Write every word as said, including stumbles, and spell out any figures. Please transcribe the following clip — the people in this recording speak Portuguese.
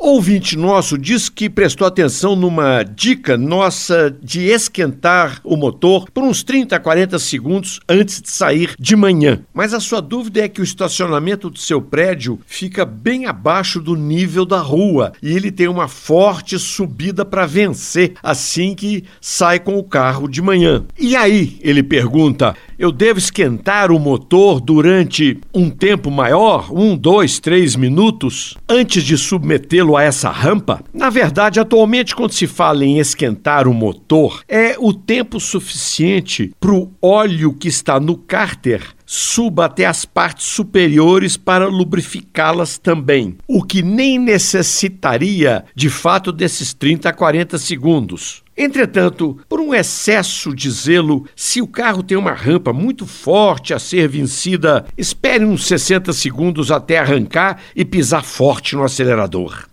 Ouvinte nosso diz que prestou atenção numa dica nossa de esquentar o motor por uns trinta a quarenta segundos antes de sair de manhã. Mas a sua dúvida é que o estacionamento do seu prédio fica bem abaixo do nível da rua e ele tem uma forte subida para vencer assim que sai com o carro de manhã. E aí, ele pergunta, eu devo esquentar o motor durante um tempo maior, um, dois, três minutos, antes de submetê-lo a essa rampa? Na verdade, atualmente, quando se fala em esquentar o motor, é o tempo suficiente para o óleo que está no cárter suba até as partes superiores para lubrificá-las também, o que nem necessitaria, de fato, desses trinta a quarenta segundos. Entretanto, por um excesso de zelo, se o carro tem uma rampa muito forte a ser vencida, espere uns sessenta segundos até arrancar e pisar forte no acelerador.